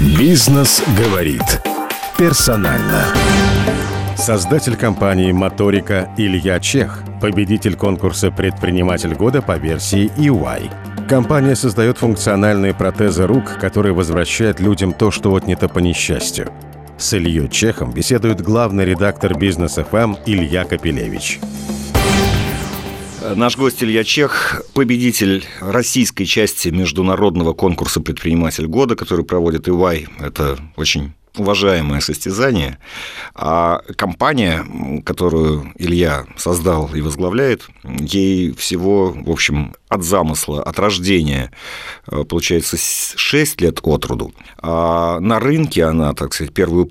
Бизнес говорит. Персонально. Создатель компании «Моторика» Илья Чех, победитель конкурса «Предприниматель года» по версии EY. Компания создает функциональные протезы рук, которые возвращают людям то, что отнято по несчастью. С Ильей Чехом беседует главный редактор «Бизнес ФМ» Илья Капелевич. Наш гость Илья Чех, победитель российской части международного конкурса «Предприниматель года», который проводит EY. Это очень уважаемое состязание. А компания, которую Илья создал и возглавляет, ей всего, в общем, от замысла, от рождения, получается, 6 лет от роду. А на рынке она, так сказать, первый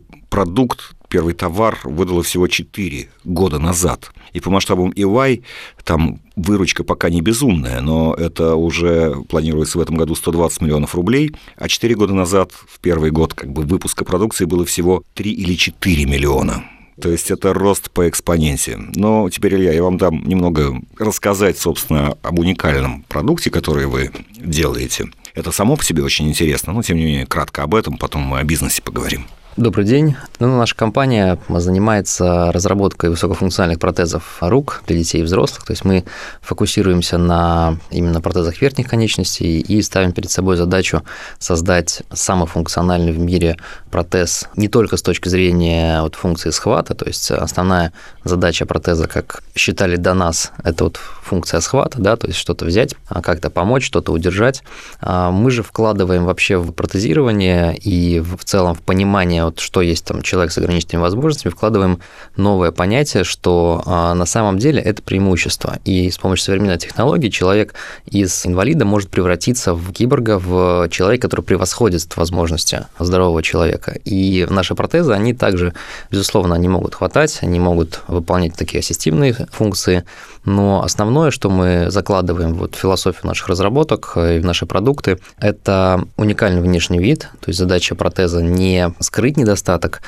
товар выдала всего 4 года назад. И по масштабам EY там выручка пока не безумная, но это уже планируется в этом году 120 миллионов рублей, а 4 года назад, в первый год выпуска продукции, было всего 3 или 4 миллиона. То есть это рост по экспоненте. Но теперь, Илья, я вам дам немного рассказать, собственно, об уникальном продукте, который вы делаете. Это само по себе очень интересно, но, тем не менее, кратко об этом, потом мы о бизнесе поговорим. Добрый день. Наша компания занимается разработкой высокофункциональных протезов рук для детей и взрослых. То есть мы фокусируемся на именно протезах верхних конечностей и ставим перед собой задачу создать самый функциональный в мире протез не только с точки зрения функции схвата, то есть основная задача протеза, как считали до нас, это функция схвата, да, то есть что-то взять, как-то помочь, что-то удержать. Мы же вкладываем вообще в протезирование и в целом в понимание, что есть там человек с ограниченными возможностями, вкладываем новое понятие, что на самом деле это преимущество. И с помощью современной технологии человек из инвалида может превратиться в киборга, в человека, который превосходит возможности здорового человека. И наши протезы, они также, безусловно, они могут хватать, они могут выполнять такие ассистивные функции, но основное, что мы закладываем в философию наших разработок и в наши продукты, это уникальный внешний вид, то есть задача протеза не скрыть недостаток,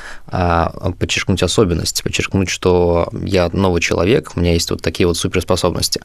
а подчеркнуть особенность, подчеркнуть, что я новый человек, у меня есть такие суперспособности.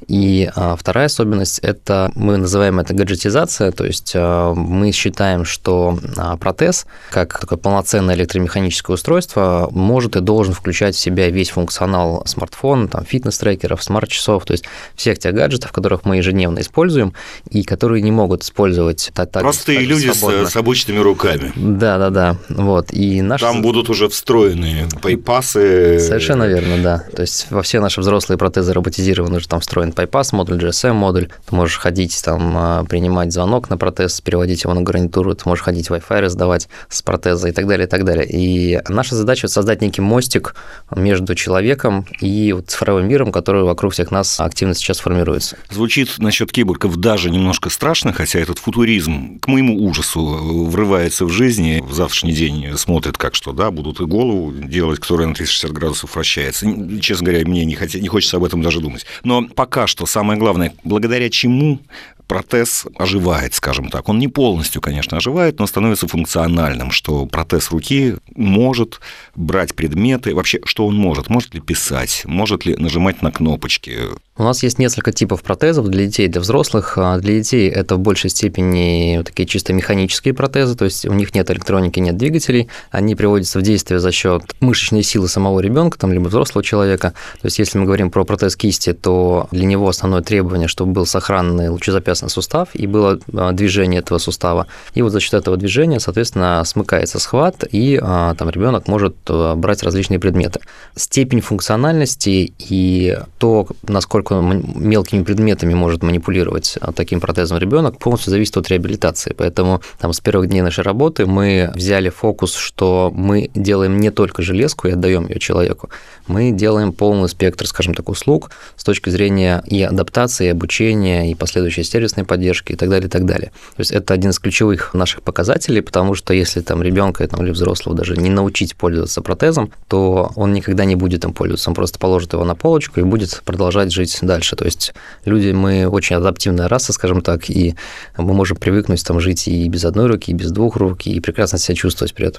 И вторая особенность – это, мы называем это гаджетизация, то есть мы считаем, что протез, как такое полноценное электромеханическое устройство, может и должен включать в себя весь функционал смартфона, фитнес-трекеров, смарт-часов, то есть всех тех гаджетов, которых мы ежедневно используем и которые не могут использовать простые люди с обычными руками. Да. И там будут уже встроенные пайпасы. Совершенно верно, да. То есть во все наши взрослые протезы роботизированы, уже там встроен пайпас, модуль, GSM-модуль. Ты можешь ходить, принимать звонок на протез, переводить его на гарнитуру, ты можешь ходить Wi-Fi раздавать с протеза и так далее, и так далее. И наша задача создать некий мостик между человеком и цифровым миром, который вокруг всех нас активно сейчас формируется. Звучит насчет киборгов даже немножко страшно, хотя этот футуризм, к моему ужасу, врывается в жизнь. В завтрашний день смотрят, как что, будут и голову делать, которая на 360 градусов вращается. Честно говоря, мне не хочется об этом даже думать. Но пока что самое главное, благодаря чему протез оживает, скажем так. Он не полностью, конечно, оживает, но становится функциональным, что протез руки может брать предметы. Вообще, что он может? Может ли писать? Может ли нажимать на кнопочки? У нас есть несколько типов протезов для детей и для взрослых. Для детей это в большей степени такие чисто механические протезы, то есть у них нет электроники, нет двигателей. Они приводятся в действие за счет мышечной силы самого ребенка, либо взрослого человека. То есть если мы говорим про протез кисти, то для него основное требование, чтобы был сохранный лучезапястный сустав и было движение этого сустава. И за счет этого движения, соответственно, смыкается схват, и ребенок может брать различные предметы. Степень функциональности и то, насколько мелкими предметами может манипулировать таким протезом ребенок, полностью зависит от реабилитации. Поэтому с первых дней нашей работы мы взяли фокус, что мы делаем не только железку и отдаем ее человеку, мы делаем полный спектр, скажем так, услуг с точки зрения и адаптации, и обучения, и последующей сервисной поддержки и так далее, и так далее. То есть это один из ключевых наших показателей, потому что если ребенка или взрослого даже не научить пользоваться протезом, то он никогда не будет им пользоваться, он просто положит его на полочку и будет продолжать жить дальше. То есть люди, мы очень адаптивная раса, скажем так, и мы можем привыкнуть жить и без одной руки, и без двух рук, и прекрасно себя чувствовать при этом.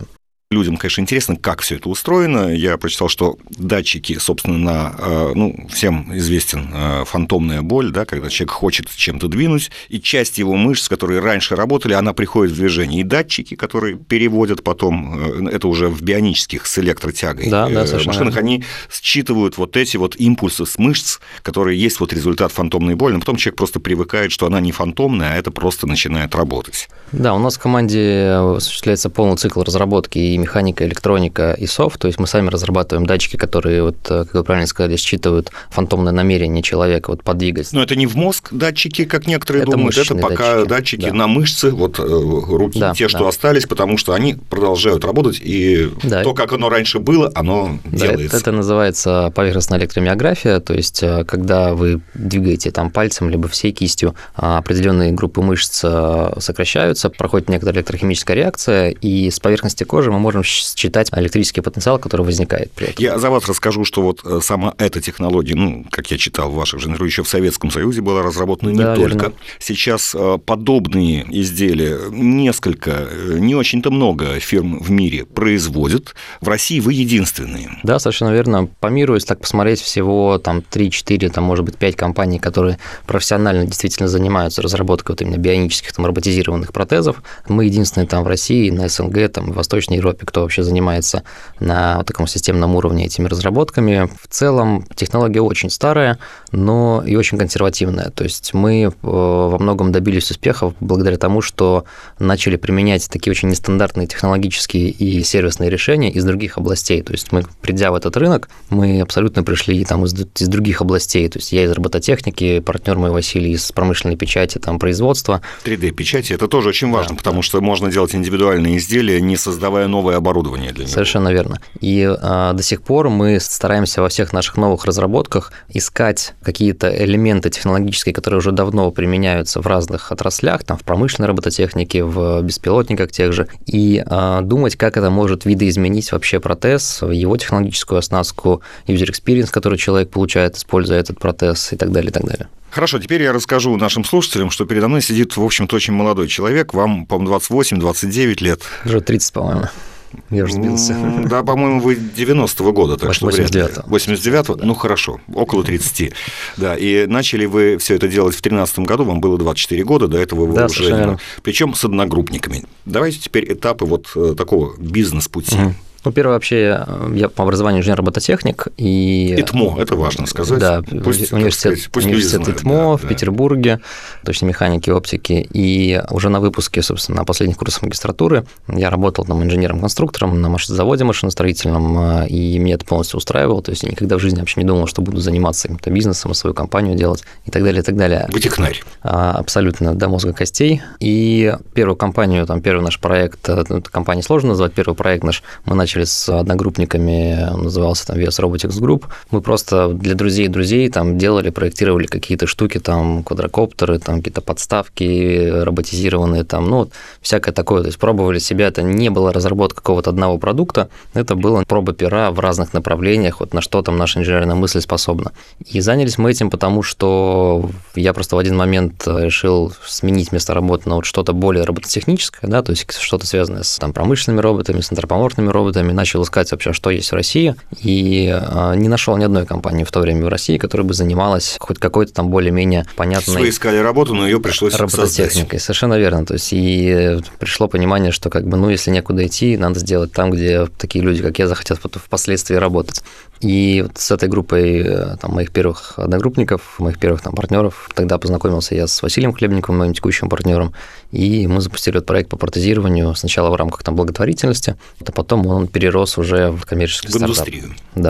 Людям, конечно, интересно, как все это устроено. Я прочитал, что датчики, собственно, всем известен фантомная боль, да, когда человек хочет чем-то двинуть, и часть его мышц, которые раньше работали, она приходит в движение. И датчики, которые переводят потом, это уже в бионических с электротягой машинах, они считывают вот эти вот импульсы с мышц, которые есть вот результат фантомной боли. Но потом человек просто привыкает, что она не фантомная, а это просто начинает работать. Да, у нас в команде осуществляется полный цикл разработки и механика, электроника, и софт, то есть мы сами разрабатываем датчики, которые, вот, как вы правильно сказали, считывают фантомное намерение человека вот подвигать. Но это не в мозг датчики, как некоторые думают, это пока датчики на мышцы, вот руки, что остались, потому что они продолжают работать, и то, как оно раньше было, оно делается. Это называется поверхностная электромиография, то есть когда вы двигаете там пальцем, либо всей кистью, определенные группы мышц сокращаются, проходит некоторая электрохимическая реакция, и с поверхности кожи мы можем считать электрический потенциал, который возникает при этом. Я за вас расскажу, что вот сама эта технология, как я читал в ваших же, еще в Советском Союзе была разработана не только. Верно. Сейчас подобные изделия несколько, не очень-то много фирм в мире производят. В России вы единственные. Да, совершенно верно. По миру, если так посмотреть, всего там 3-4, там, может быть, 5 компаний, которые профессионально действительно занимаются разработкой вот именно бионических, там, роботизированных протезов. Мы единственные там в России, на СНГ, там, в Восточной Европе, кто вообще занимается на вот таком системном уровне этими разработками. В целом технология очень старая, но и очень консервативная. То есть мы во многом добились успехов благодаря тому, что начали применять такие очень нестандартные технологические и сервисные решения из других областей. То есть мы, придя в этот рынок, мы абсолютно пришли там из других областей. То есть я из робототехники, партнер мой Василий из промышленной печати, там, производства. 3D-печати – это тоже очень важно, потому что можно делать индивидуальные изделия, не создавая новое оборудование для него. Совершенно верно. И до сих пор мы стараемся во всех наших новых разработках искать какие-то элементы технологические, которые уже давно применяются в разных отраслях, там, в промышленной робототехнике, в беспилотниках тех же, и думать, как это может видоизменить вообще протез, его технологическую оснастку, user experience, который человек получает, используя этот протез, и так далее, и так далее. Хорошо, теперь я расскажу нашим слушателям, что передо мной сидит, в общем-то, очень молодой человек, вам, по-моему, 28-29 лет. Уже 30, по-моему. Я уже сбился. Да, по-моему, вы 90-го года, так что вряд ли. 89-го? Да. Ну, хорошо, около 30. Да, и начали вы все это делать в 2013 году, вам было 24 года, до этого вы уже... Причем с одногруппниками. Давайте теперь этапы вот такого бизнес-пути. Ну, первое, вообще, я по образованию инженер-робототехник. И ИТМО, это важно сказать. Да, университет ИТМО в Петербурге, точной механики, оптики. И уже на выпуске, собственно, на последних курсах магистратуры я работал там инженером-конструктором на заводе машиностроительном, и меня это полностью устраивало. То есть я никогда в жизни вообще не думал, что буду заниматься каким-то бизнесом, свою компанию делать и так далее, и так далее. Вы технарь. Абсолютно, до мозга костей. И первую компанию, там, первый наш проект, компанию сложно назвать, первый проект наш мы начали с одногруппниками, он назывался там VS Robotics Group. Мы просто для друзей там делали, проектировали какие-то штуки, там квадрокоптеры, там какие-то подставки роботизированные, там, ну, всякое такое. То есть пробовали себя, это не была разработка какого-то одного продукта, это была проба пера в разных направлениях, вот на что там наша инженерная мысль способна. И занялись мы этим, потому что я просто в один момент решил сменить место работы на вот что-то более робототехническое, да, то есть что-то связанное с там промышленными роботами, с антропоморфными роботами, начал искать вообще, что есть в России, и не нашел ни одной компании в то время в России, которая бы занималась хоть какой-то там более-менее понятной... Вы искали работу, но ее пришлось робототехникой, совершенно верно. То есть и пришло понимание, что как бы, ну, если некуда идти, надо сделать там, где такие люди, как я, захотят впоследствии работать. И вот с этой группой там, моих первых одногруппников, моих первых там партнеров, тогда познакомился я с Василием Хлебниковым, моим текущим партнером, и мы запустили этот проект по протезированию сначала в рамках там благотворительности, а потом он перерос уже в коммерческий стартап. В индустрию. Да.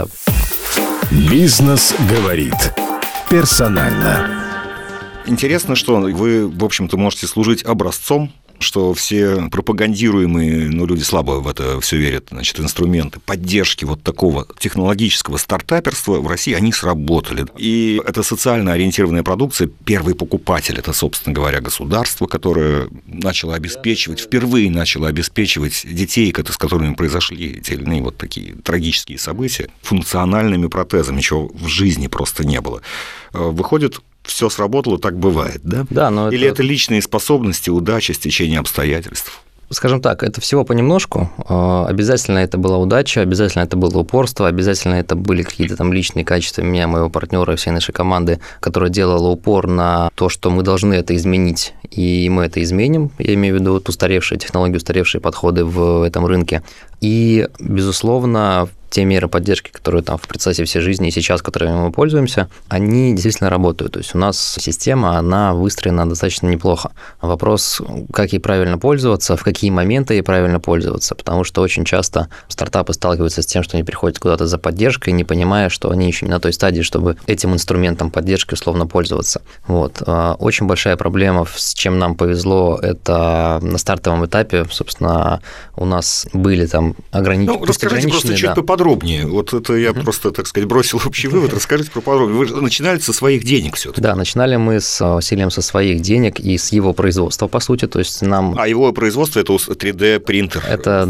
Бизнес говорит персонально. Интересно, что вы, в общем-то, можете служить образцом, что все пропагандируемые, ну, люди слабо в это все верят, значит, инструменты поддержки вот такого технологического стартаперства в России, они сработали. И это социально ориентированная продукция. Первый покупатель – это, собственно говоря, государство, которое начало обеспечивать, впервые начало обеспечивать детей, с которыми произошли те или иные вот такие трагические события, функциональными протезами, чего в жизни просто не было. Выходит, все сработало, так бывает, да? Да, но Или это личные способности, удача, стечение обстоятельств? Скажем так, это всего понемножку. Обязательно это была удача, обязательно это было упорство, обязательно это были какие-то там личные качества меня, моего партнера и всей нашей команды, которая делала упор на то, что мы должны это изменить, и мы это изменим. Я имею в виду вот устаревшие технологии, устаревшие подходы в этом рынке. И, безусловно, те меры поддержки, которые там в процессе всей жизни и сейчас, которыми мы пользуемся, они действительно работают. То есть у нас система, она выстроена достаточно неплохо. Вопрос, как ей правильно пользоваться, в какие моменты ей правильно пользоваться, потому что очень часто стартапы сталкиваются с тем, что они приходят куда-то за поддержкой, не понимая, что они еще не на той стадии, чтобы этим инструментом поддержки условно пользоваться. Вот. Очень большая проблема, с чем нам повезло, это на стартовом этапе, собственно, у нас были там ограничения. Расскажите просто чуть поподробнее. Вот это я просто, так сказать, бросил общий вывод. Расскажите поподробнее. Вы же начинали со своих денег все-таки. Да, начинали мы с Василием со своих денег и с его производства, по сути. То есть нам... А его производство – это 3D-принтер?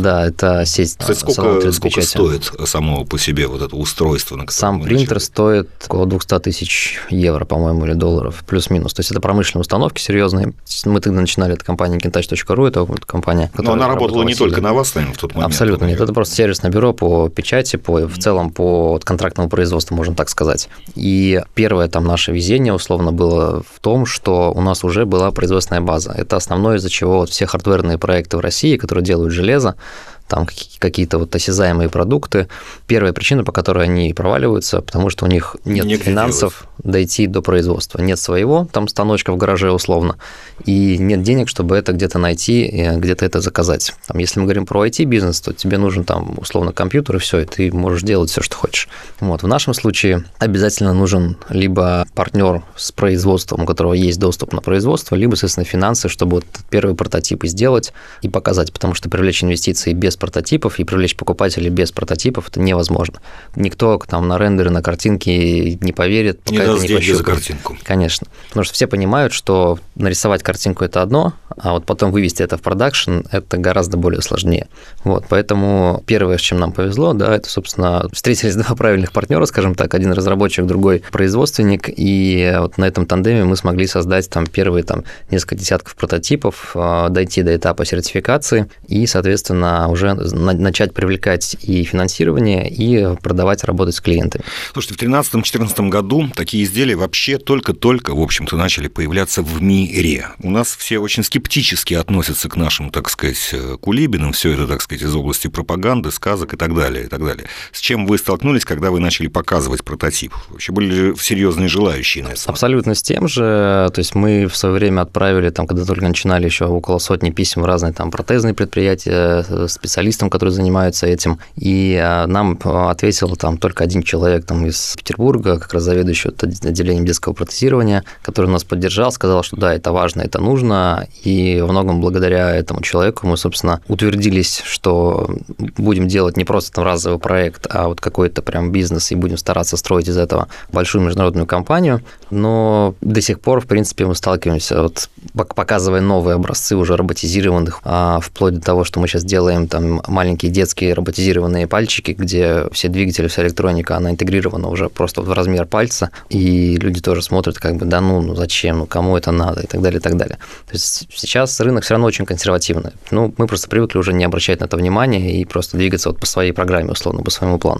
Это сеть. Сколько стоит само по себе вот это устройство? Сам принтер стоит около 200 тысяч евро, по-моему, или долларов, плюс-минус. То есть это промышленные установки серьезные. Мы тогда начинали, это компания Kintouch.ru, это компания, которая... Но она работала не только на вас, наверное, в тот момент. Абсолютно нет. Это просто сервисное бюро по печати, в целом по контрактному производству, можно так сказать. И первое там наше везение, условно, было в том, что у нас уже была производственная база. Это основное, из-за чего вот все хардверные проекты в России, которые делают железо, там какие-то вот осязаемые продукты. Первая причина, по которой они проваливаются, потому что у них нет финансов дойти до производства. Нет своего там станочка в гараже условно, и нет денег, чтобы это где-то найти и где-то это заказать. Там, если мы говорим про IT-бизнес, то тебе нужен там условно компьютер, и все, и ты можешь делать все, что хочешь. Вот. В нашем случае обязательно нужен либо партнер с производством, у которого есть доступ на производство, либо, соответственно, финансы, чтобы вот первые прототипы сделать и показать, потому что привлечь инвестиции без прототипов и привлечь покупателей без прототипов это невозможно. Никто там на рендеры, на картинки не поверит, пока это не пощупает. За картинку. Конечно. Потому что все понимают, что нарисовать картинку – это одно, а вот потом вывести это в продакшн – это гораздо более сложнее. Вот, поэтому первое, с чем нам повезло, да, это, собственно, встретились два правильных партнера, скажем так, один разработчик, другой производственник, и вот на этом тандеме мы смогли создать там первые там несколько десятков прототипов, дойти до этапа сертификации и, соответственно, уже начать привлекать и финансирование, и продавать, работать с клиентами. Слушайте, в 2013-2014 году такие изделия вообще только-только, в общем-то, начали появляться в мире. У нас все очень скептически относятся к нашим, так сказать, кулибинам, все это, так сказать, из области пропаганды, сказок и так далее, и так далее. С чем вы столкнулись, когда вы начали показывать прототип? Вообще были ли серьезные желающие на это? Абсолютно с тем же. То есть мы в свое время отправили, там, когда только начинали, еще около сотни писем в разные там протезные предприятия, специалистам, которые занимаются этим, и нам ответил там только один человек там из Петербурга, как раз заведующий отделением детского протезирования, который нас поддержал, сказал, что да, это важно, это нужно, и во многом благодаря этому человеку мы, собственно, утвердились, что будем делать не просто там разовый проект, а вот какой-то прям бизнес, и будем стараться строить из этого большую международную компанию, но до сих пор, в принципе, мы сталкиваемся, вот, показывая новые образцы уже роботизированных, вплоть до того, что мы сейчас делаем там маленькие детские роботизированные пальчики, где все двигатели, вся электроника, она интегрирована уже просто в размер пальца, и люди тоже смотрят, как бы, да ну зачем, кому это надо, и так далее, и так далее. То есть сейчас рынок все равно очень консервативный. Мы просто привыкли уже не обращать на это внимания и просто двигаться вот по своей программе, условно, по своему плану.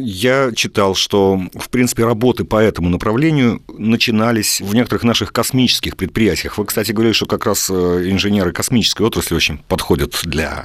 Я читал, что, в принципе, работы по этому направлению начинались в некоторых наших космических предприятиях. Вы, кстати, говорили, что как раз инженеры космической отрасли очень подходят для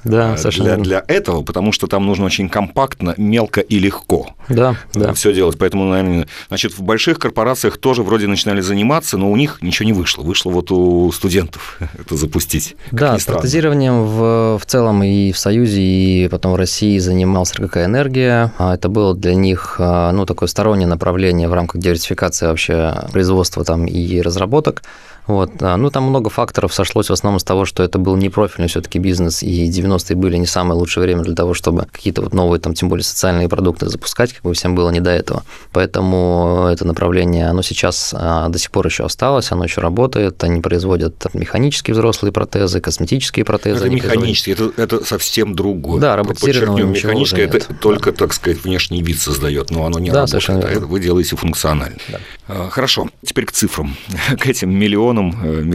этого, потому что там нужно очень компактно, мелко и легко все делать. Поэтому, наверное, значит, в больших корпорациях тоже вроде начинали заниматься, но у них ничего не вышло. Вышло вот у студентов это запустить. Да, протезированием в целом и в Союзе, и потом в России занималась РКК «Энергия». Это было для них такое стороннее направление в рамках диверсификации вообще производства там и разработок. Вот. Там много факторов сошлось в основном с того, что это был непрофильный все-таки бизнес, и 90-е были не самое лучшее время для того, чтобы какие-то вот новые, там, тем более социальные продукты запускать, как бы всем было не до этого. Поэтому это направление, оно сейчас до сих пор еще осталось, оно еще работает, они производят механические взрослые протезы, косметические протезы. Это механические, это совсем другое. Да, роботизированное. Механическое – это только, так сказать, внешний вид создает, но оно не работает, а это вы делаете функционально. Да. Хорошо, теперь к цифрам, к этим миллионам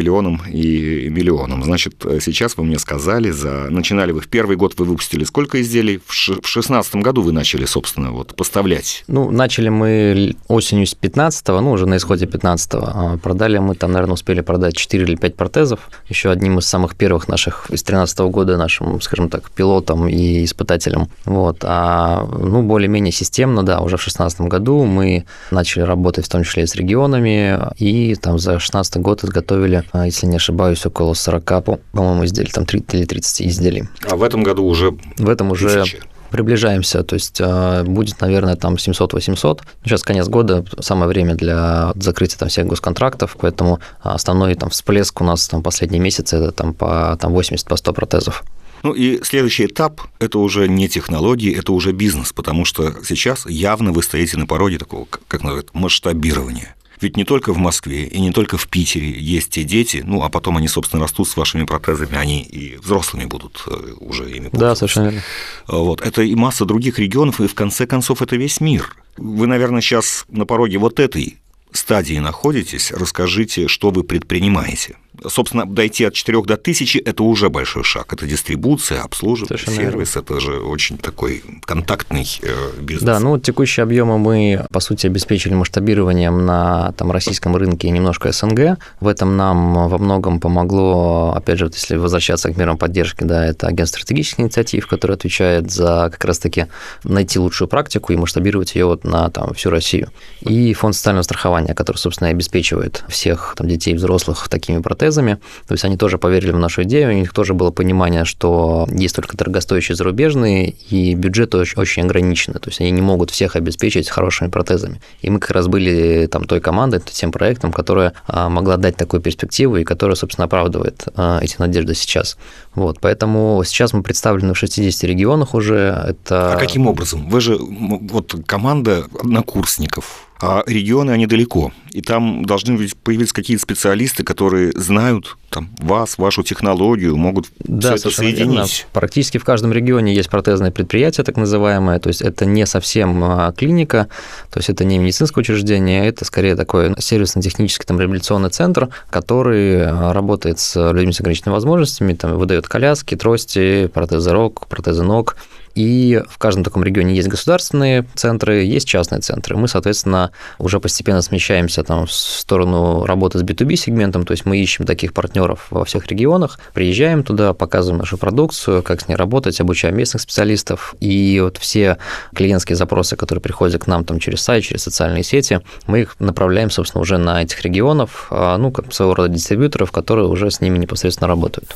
и миллионам. Значит, сейчас вы мне сказали, начинали вы в первый год, вы выпустили сколько изделий? В 2016 году вы начали, собственно, поставлять? Начали мы осенью с 15-го, уже на исходе 15-го. Продали мы там, наверное, успели продать 4 или 5 протезов. Еще одним из самых первых наших из 2013 года нашим, скажем так, пилотом и испытателем. Более-менее системно, да, уже в 2016 году мы начали работать в том числе и с регионами, и там за 2016 год изготовили, если не ошибаюсь, около 40, по-моему, изделий, там 30 или 30 изделий. А в этом году уже тысячи? Приближаемся, то есть будет, наверное, там 700-800. Сейчас конец года, самое время для закрытия там всех госконтрактов, поэтому основной там всплеск у нас там последние месяцы это там по 80-100 протезов. И следующий этап – это уже не технологии, это уже бизнес, потому что сейчас явно вы стоите на пороге такого, как называют, масштабирования. Ведь не только в Москве и не только в Питере есть те дети, а потом они, собственно, растут с вашими протезами, они и взрослыми будут уже ими пользоваться. Да, совершенно верно. Это и масса других регионов, и в конце концов это весь мир. Вы, наверное, сейчас на пороге этой стадии находитесь. Расскажите, что вы предпринимаете. Собственно, дойти от 4 до 1000 – это уже большой шаг. Это дистрибуция, обслуживание, сервис. Это же очень такой контактный бизнес. Да, текущие объемы мы, по сути, обеспечили масштабированием на российском рынке и немножко СНГ. В этом нам во многом помогло, опять же, если возвращаться к мерам поддержки, да, это агентство стратегических инициатив, которое отвечает за как раз-таки найти лучшую практику и масштабировать ее на всю Россию. И фонд социального страхования, который, собственно, обеспечивает всех детей и взрослых такими протезами. То есть они тоже поверили в нашу идею, у них тоже было понимание, что есть только дорогостоящие зарубежные, и бюджеты очень ограничены, то есть они не могут всех обеспечить хорошими протезами. И мы как раз были той командой, тем проектом, которая могла дать такую перспективу и которая, собственно, оправдывает эти надежды сейчас. Поэтому сейчас мы представлены в 60 регионах уже. А каким образом? Вы же команда однокурсников. А регионы, они далеко, и там должны появиться какие-то специалисты, которые знают вас, вашу технологию, могут все это соединить. Верно. Практически в каждом регионе есть протезное предприятие, так называемое, то есть это не совсем клиника, то есть это не медицинское учреждение, это скорее такой сервисно-технический реабилитационный центр, который работает с людьми с ограниченными возможностями, выдает коляски, трости, протезы рук, протезы ног. И в каждом таком регионе есть государственные центры, есть частные центры. Мы, соответственно, уже постепенно смещаемся в сторону работы с B2B сегментом, то есть мы ищем таких партнеров во всех регионах, приезжаем туда, показываем нашу продукцию, как с ней работать, обучаем местных специалистов. И все клиентские запросы, которые приходят к нам через сайт, через социальные сети, мы их направляем, собственно, уже на этих регионов, как своего рода дистрибьюторов, которые уже с ними непосредственно работают.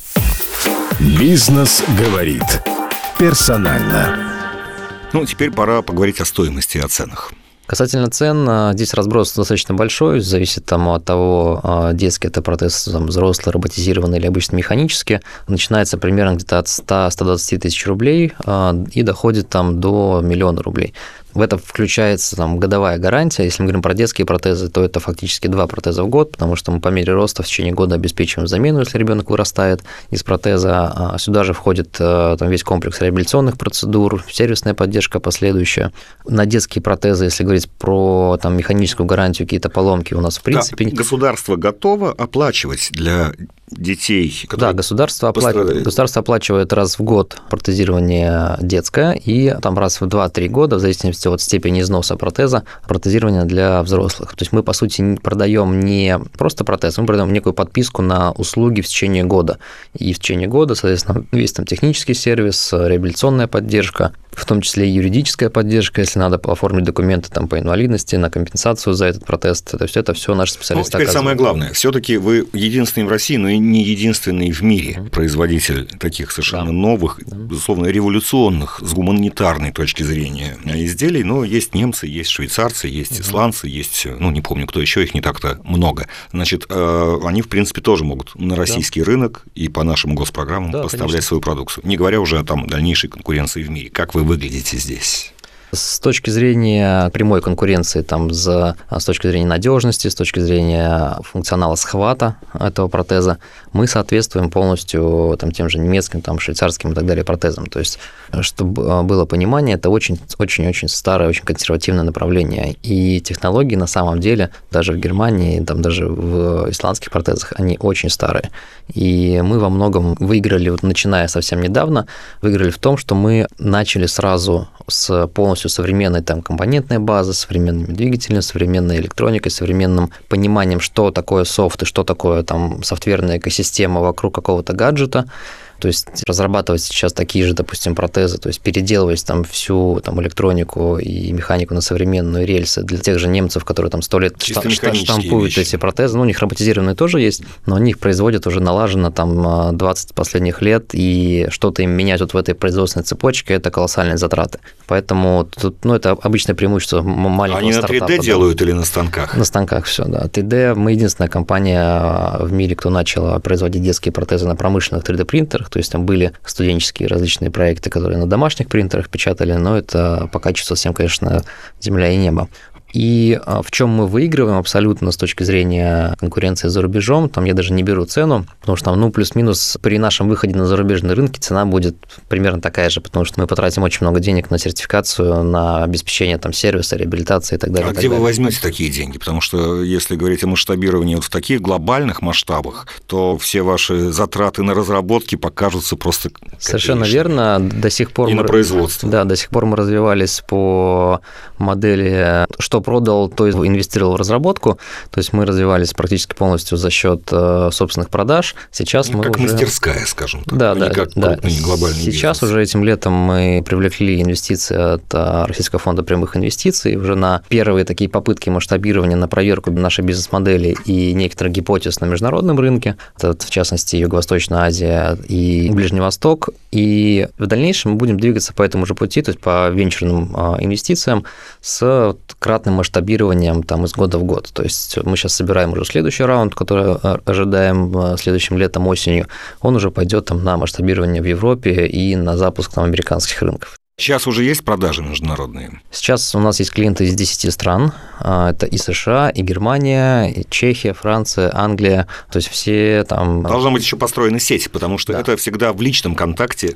Бизнес говорит. Персонально. Теперь пора поговорить о стоимости и о ценах. Касательно цен, здесь разброс достаточно большой, зависит от того, детский это протез взрослый, роботизированный или обычно механический. Начинается примерно где-то от 100-120 тысяч рублей и доходит до 1 000 000 рублей. В это включается годовая гарантия. Если мы говорим про детские протезы, то это фактически 2 протеза в год, потому что мы по мере роста в течение года обеспечиваем замену, если ребенок вырастает из протеза. Сюда же входит весь комплекс реабилитационных процедур, сервисная поддержка последующая. На детские протезы, если говорить про механическую гарантию, какие-то поломки у нас в принципе... Да, государство готово оплачивать для детей, которые... Да, государство оплачивает раз в год протезирование детское и раз в 2-3 года, в зависимости от степени износа протеза, протезирование для взрослых. То есть мы, по сути, продаем не просто протез, мы продаем некую подписку на услуги в течение года. И в течение года, соответственно, весь технический сервис, реабилитационная поддержка, в том числе и юридическая поддержка, если надо оформить документы по инвалидности, на компенсацию за этот протез. То есть это все наши специалисты оказывают. Теперь самое главное, все-таки вы единственный в России, но и не единственный в мире производитель таких совершенно новых, безусловно, революционных с гуманитарной точки зрения изделий, но есть немцы, есть швейцарцы, есть исландцы, есть, не помню, кто еще, их не так-то много. Значит, они, в принципе, тоже могут на российский рынок и по нашим госпрограммам поставлять свою продукцию, не говоря уже о дальнейшей конкуренции в мире. Как вы выглядите здесь? С точки зрения прямой конкуренции, с точки зрения надежности, с точки зрения функционала схвата этого протеза, мы соответствуем полностью тем же немецким, швейцарским и так далее протезам. То есть, чтобы было понимание, это очень-очень старое, очень консервативное направление. И технологии на самом деле, даже в Германии, даже в исландских протезах, они очень старые. И мы во многом выиграли, начиная совсем недавно, выиграли в том, что мы начали сразу с полностью современной компонентной базы, современными двигателями, современной электроникой, современным пониманием, что такое софт и что такое софтверная экосистема вокруг какого-то гаджета. То есть разрабатывать сейчас такие же, допустим, протезы, то есть переделывать всю электронику и механику на современные рельсы для тех же немцев, которые 100 лет штампуют эти протезы. У них роботизированные тоже есть, но они их производят уже налажено 20 последних лет, и что-то им менять в этой производственной цепочке – это колоссальные затраты. Поэтому тут, это обычное преимущество маленького стартапа. Они на 3D делают или на станках? На станках все, да. 3D – мы единственная компания в мире, кто начала производить детские протезы на промышленных 3D-принтерах. То есть там были студенческие различные проекты, которые на домашних принтерах печатали, но это по качеству совсем, конечно, земля и небо. И в чем мы выигрываем абсолютно с точки зрения конкуренции за рубежом, я даже не беру цену, потому что плюс-минус при нашем выходе на зарубежные рынки цена будет примерно такая же, потому что мы потратим очень много денег на сертификацию, на обеспечение сервиса, реабилитации и так далее. А где вы возьмете такие деньги? Потому что если говорить о масштабировании в таких глобальных масштабах, то все ваши затраты на разработки покажутся просто копеечными. Совершенно верно. До сих пор на производство. Да, до сих пор мы развивались по модели «что продал, то инвестировал в разработку». То есть мы развивались практически полностью за счет собственных продаж. Сейчас мы как уже... мастерская, скажем так, да, не как крупный глобальный Сейчас бизнес. Уже этим летом мы привлекли инвестиции от Российского фонда прямых инвестиций. Уже на первые такие попытки масштабирования, на проверку нашей бизнес-модели и некоторых гипотез на международном рынке. Это, в частности, Юго-Восточная Азия и Ближний Восток. И в дальнейшем мы будем двигаться по этому же пути, то есть по венчурным инвестициям с кратным масштабированием из года в год. То есть мы сейчас собираем уже следующий раунд, который ожидаем следующим летом, осенью. Он уже пойдет на масштабирование в Европе и на запуск американских рынков. Сейчас уже есть продажи международные? Сейчас у нас есть клиенты из 10 стран. Это и США, и Германия, и Чехия, Франция, Англия. То есть все там... Должна быть еще построена сеть, потому что это всегда в личном контакте.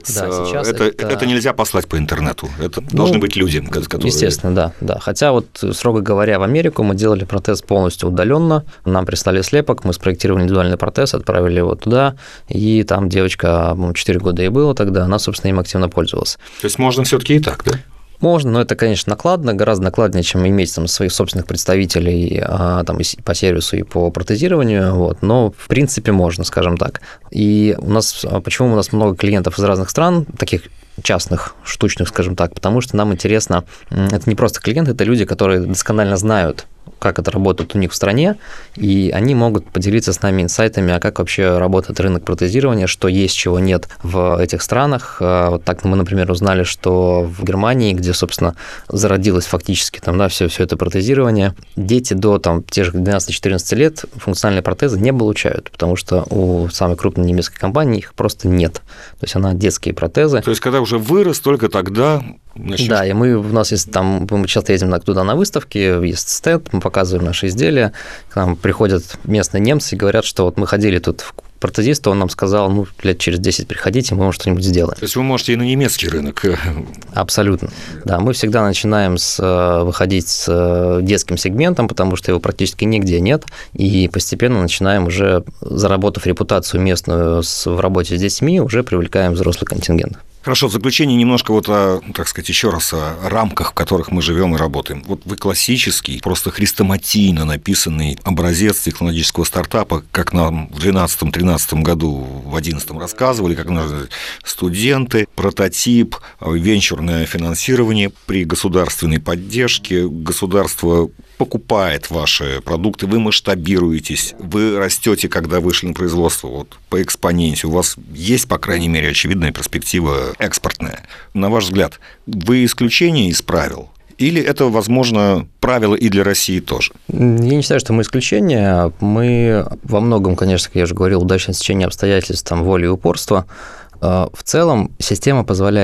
Это нельзя послать по интернету. Это должны быть люди, которые... Естественно, да. Хотя строго говоря, в Америку мы делали протез полностью удаленно. Нам прислали слепок, мы спроектировали индивидуальный протез, отправили его туда, и там девочка, 4 года ей было тогда, она, собственно, им активно пользовалась. То есть можно все-таки и так, да? Можно, но это, конечно, накладно, гораздо накладнее, чем иметь своих собственных представителей и по сервису, и по протезированию, но в принципе можно, скажем так. И почему у нас много клиентов из разных стран, таких частных, штучных, скажем так, потому что нам интересно, это не просто клиенты, это люди, которые досконально знают, как это работает у них в стране, и они могут поделиться с нами инсайтами, а как вообще работает рынок протезирования, что есть, чего нет в этих странах. Вот так мы, например, узнали, что в Германии, где, собственно, зародилось фактически все это протезирование, дети до тех же 12-14 лет функциональные протезы не получают, потому что у самой крупной немецкой компании их просто нет. То есть она детские протезы. То есть когда уже вырос, только тогда... Да, и у нас есть мы часто едем туда на выставки, есть стенд, мы показываем наши изделия, к нам приходят местные немцы и говорят, что мы ходили тут в протезиста, он нам сказал, лет через 10 приходите, мы вам что-нибудь сделаем. То есть вы можете и на немецкий рынок. Абсолютно. Да, мы всегда начинаем выходить с детским сегментом, потому что его практически нигде нет, и постепенно начинаем уже, заработав репутацию местную в работе с детьми, уже привлекаем взрослый контингент. Хорошо, в заключение немножко еще раз о рамках, в которых мы живем и работаем. Вы классический, просто хрестоматийно написанный образец технологического стартапа, как нам в 2012-2013 году, в 2011 рассказывали, как студенты, прототип, венчурное финансирование при государственной поддержке, государство покупает ваши продукты, вы масштабируетесь, вы растете, когда вышли на производство по экспоненте, у вас есть, по крайней мере, очевидная перспектива экспортная. На ваш взгляд, вы исключение из правил? Или это, возможно, правило и для России тоже? Я не считаю, что мы исключение. Мы во многом, конечно, как я уже говорил, удачное стечение обстоятельств, воли и упорства. В целом система позволяет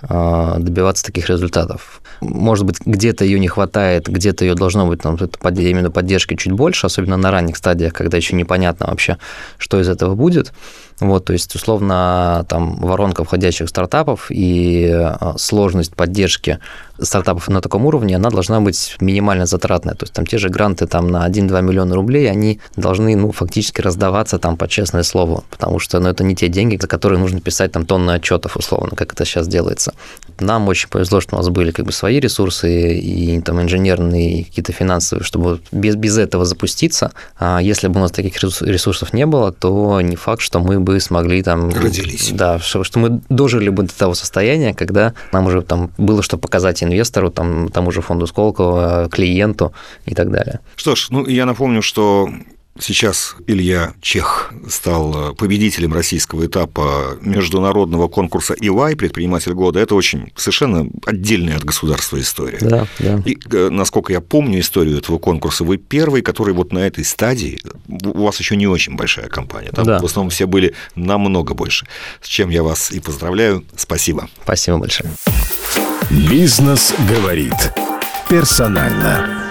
добиваться таких результатов. Может быть, где-то ее не хватает, где-то ее должно быть именно поддержки чуть больше, особенно на ранних стадиях, когда еще непонятно вообще, что из этого будет. Вот, то есть, условно, там воронка входящих стартапов и сложность поддержки стартапов на таком уровне, она должна быть минимально затратная. То есть, там те же гранты там, на 1-2 миллиона рублей, они должны фактически раздаваться там, под честное слово, потому что это не те деньги, за которые нужно писать там, тонны отчетов, условно, как это сейчас делается. Нам очень повезло, что у нас были свои ресурсы и там, инженерные, и какие-то финансовые, чтобы без этого запуститься. А если бы у нас таких ресурсов не было, то не факт, что мы бы смогли там... Родились. Да, что мы дожили бы до того состояния, когда нам уже там было что показать инвестору, тому же фонду Сколково, клиенту и так далее. Что ж, я напомню, что сейчас Илья Чех стал победителем российского этапа международного конкурса EY «Предприниматель года». Это очень совершенно отдельная от государства история. Да. И, насколько я помню историю этого конкурса, вы первый, который на этой стадии, у вас еще не очень большая компания, там в основном все были намного больше, с чем я вас и поздравляю. Спасибо. Спасибо большое. Бизнес говорит персонально.